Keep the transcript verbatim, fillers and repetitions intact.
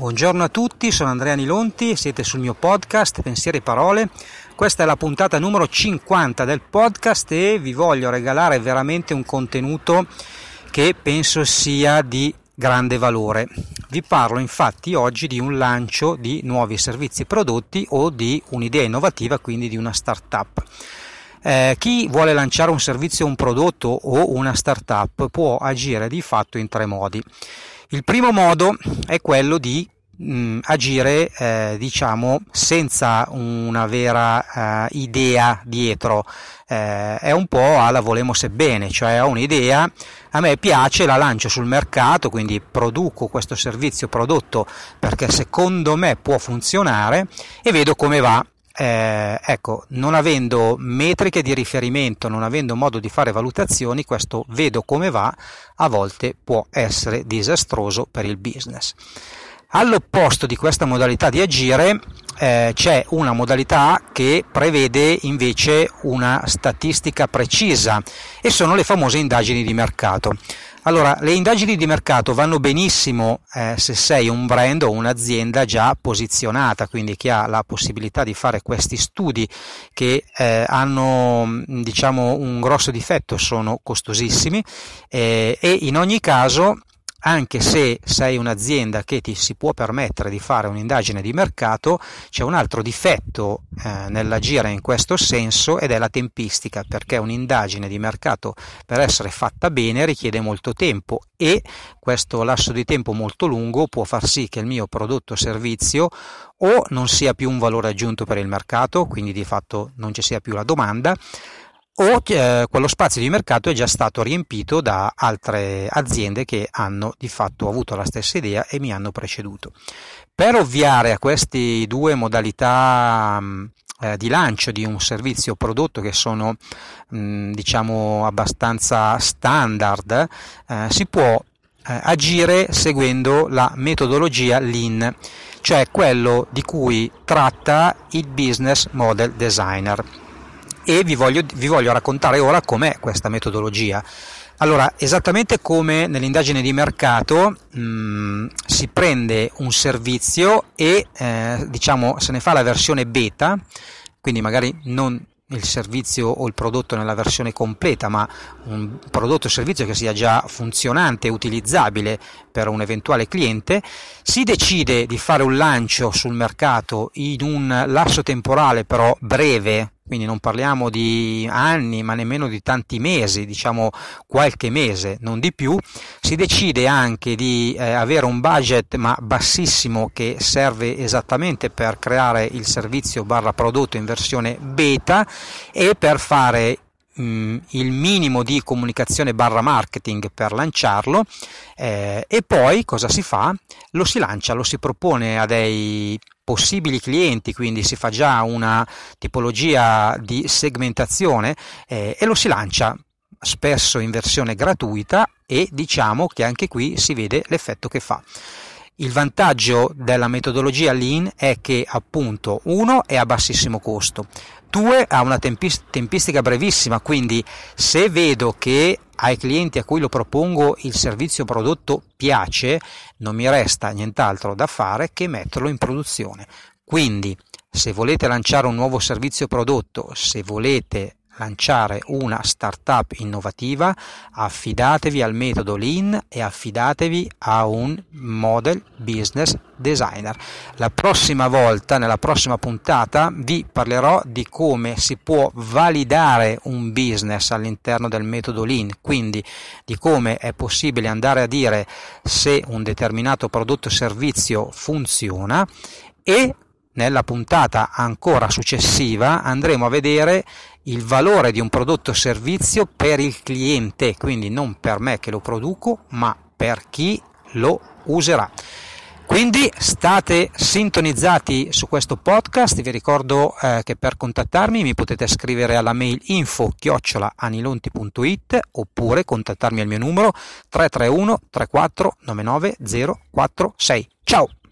Buongiorno a tutti, sono Andrea Nilonti, siete sul mio podcast Pensieri e Parole. Questa è la puntata numero cinquanta del podcast e vi voglio regalare veramente un contenuto che penso sia di grande valore. Vi parlo infatti oggi di un lancio di nuovi servizi e prodotti o di un'idea innovativa, quindi di una startup. Eh, chi vuole lanciare un servizio, un prodotto o una startup può agire di fatto in tre modi. Il primo modo è quello di mh, agire eh, diciamo senza una vera eh, idea dietro, eh, è un po' alla volemo sebbene, cioè ho un'idea, a me piace, la lancio sul mercato, quindi produco questo servizio prodotto perché secondo me può funzionare e vedo come va. Eh, ecco, non avendo metriche di riferimento, non avendo modo di fare valutazioni, questo vedo come va a volte può essere disastroso per il business. All'opposto di questa modalità di agire eh, c'è una modalità che prevede invece una statistica precisa e sono le famose indagini di mercato. Allora, le indagini di mercato vanno benissimo eh, se sei un brand o un'azienda già posizionata, quindi che ha la possibilità di fare questi studi che eh, hanno diciamo un grosso difetto, sono costosissimi eh, e in ogni caso, anche se sei un'azienda che ti si può permettere di fare un'indagine di mercato, c'è un altro difetto eh, nell'agire in questo senso ed è la tempistica, perché un'indagine di mercato per essere fatta bene richiede molto tempo e questo lasso di tempo molto lungo può far sì che il mio prodotto o servizio o non sia più un valore aggiunto per il mercato, quindi di fatto non ci sia più la domanda, o eh, quello spazio di mercato è già stato riempito da altre aziende che hanno di fatto avuto la stessa idea e mi hanno preceduto. Per ovviare a queste due modalità mh, eh, di lancio di un servizio o prodotto che sono mh, diciamo abbastanza standard, eh, si può eh, agire seguendo la metodologia Lean, cioè quello di cui tratta il Business Model Designer. E vi voglio, vi voglio raccontare ora com'è questa metodologia. Allora, esattamente come nell'indagine di mercato mh, si prende un servizio e eh, diciamo se ne fa la versione beta, quindi magari non il servizio o il prodotto nella versione completa, ma un prodotto o servizio che sia già funzionante e utilizzabile per un eventuale cliente, si decide di fare un lancio sul mercato in un lasso temporale però breve, quindi non parliamo di anni ma nemmeno di tanti mesi, diciamo qualche mese, non di più. Si decide anche di eh, avere un budget ma bassissimo che serve esattamente per creare il servizio barra prodotto in versione beta e per fare mh, il minimo di comunicazione barra marketing per lanciarlo eh, e poi cosa si fa? Lo si lancia, lo si propone a dei possibili clienti, quindi si fa già una tipologia di segmentazione eh, e lo si lancia spesso in versione gratuita e diciamo che anche qui si vede l'effetto che fa. Il vantaggio della metodologia Lean è che appunto uno è a bassissimo costo, due ha una tempis- tempistica brevissima, quindi se vedo che ai clienti a cui lo propongo il servizio prodotto piace, non mi resta nient'altro da fare che metterlo in produzione. Quindi se volete lanciare un nuovo servizio prodotto, se volete lanciare una startup innovativa, affidatevi al metodo Lean e affidatevi a un model business designer. La prossima volta, nella prossima puntata, vi parlerò di come si può validare un business all'interno del metodo Lean, quindi di come è possibile andare a dire se un determinato prodotto o servizio funziona e nella puntata ancora successiva andremo a vedere il valore di un prodotto o servizio per il cliente, quindi non per me che lo produco, ma per chi lo userà. Quindi state sintonizzati su questo podcast, vi ricordo eh, che per contattarmi mi potete scrivere alla mail info chiocciola anilonti punto it oppure contattarmi al mio numero tre tre uno tre quattro nove nove zero quattro sei. Ciao!